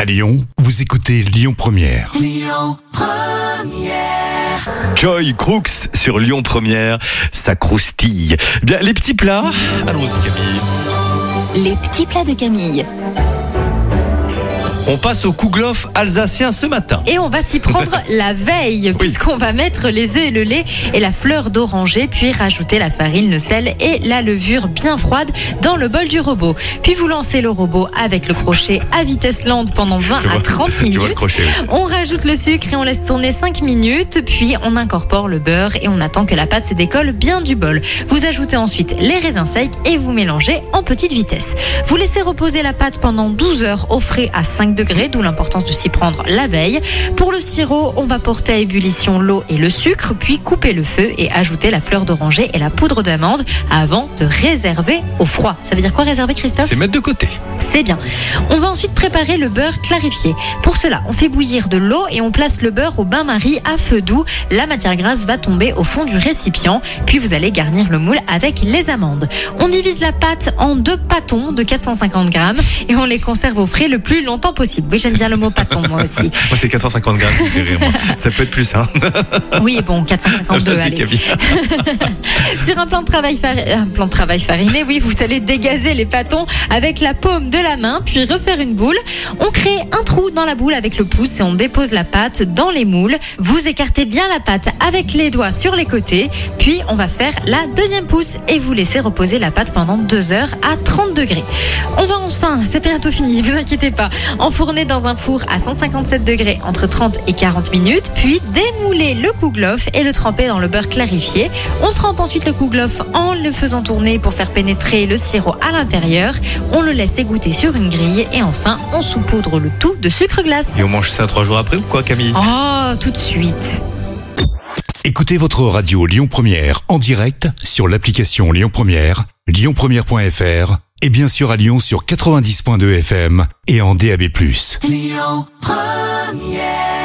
À Lyon, vous écoutez Lyon Première. Lyon Première. Joy Crooks sur Lyon Première, ça croustille. Bien, les petits plats, allons-y Camille. Les petits plats de Camille. On passe au kouglof alsacien ce matin. Et on va s'y prendre la veille, puisqu'on va mettre les œufs et le lait et la fleur d'oranger, puis rajouter la farine, le sel et la levure bien froide dans le bol du robot. Puis vous lancez le robot avec le crochet à vitesse lente pendant 20 à 30 minutes. On rajoute le sucre et on laisse tourner 5 minutes, puis on incorpore le beurre et on attend que la pâte se décolle bien du bol. Vous ajoutez ensuite les raisins secs et vous mélangez en petite vitesse. Vous laissez reposer la pâte pendant 12 heures au frais à 5 degrés, d'où l'importance de s'y prendre la veille. Pour le sirop, on va porter à ébullition l'eau et le sucre, puis couper le feu et ajouter la fleur d'oranger et la poudre d'amande avant de réserver au froid. Ça veut dire quoi réserver, Christophe ? C'est mettre de côté. C'est bien. On va ensuite préparer le beurre clarifié. Pour cela, on fait bouillir de l'eau et on place le beurre au bain-marie à feu doux. La matière grasse va tomber au fond du récipient, puis vous allez garnir le moule avec les amandes. On divise la pâte en 2 pâtons de 450 grammes et on les conserve au frais le plus longtemps possible. Oui, j'aime bien le mot pâton, moi aussi. Moi, c'est 450 grammes, ça me fait rire, moi. Ça peut être plus, hein. Oui, bon, 452, Vas-y, allez. Camille. Sur un plan de travail fariné, oui, vous allez dégazer les pâtons avec la paume de la main, puis refaire une boule. On crée un trou dans la boule avec le pouce et on dépose la pâte dans les moules. Vous écartez bien la pâte avec les doigts sur les côtés, puis on va faire la deuxième pousse et vous laissez reposer la pâte pendant 2 heures à 30 degrés. On va enfin, c'est bientôt fini, vous inquiétez pas, enfourner dans un four à 157 degrés entre 30 et 40 minutes, puis démouler le kouglof et le tremper dans le beurre clarifié. On trempe ensuite le kouglof en le faisant tourner pour faire pénétrer le sirop à l'intérieur. On le laisse égoutter sur une grille et enfin on saupoudre le tout de sucre glace. Et on mange ça 3 jours après ou quoi, Camille ? Oh, tout de suite. Écoutez votre radio Lyon Première en direct sur l'application Lyon Première, lyonpremière.fr et bien sûr à Lyon sur 90.2 FM et en DAB+. Lyon Première.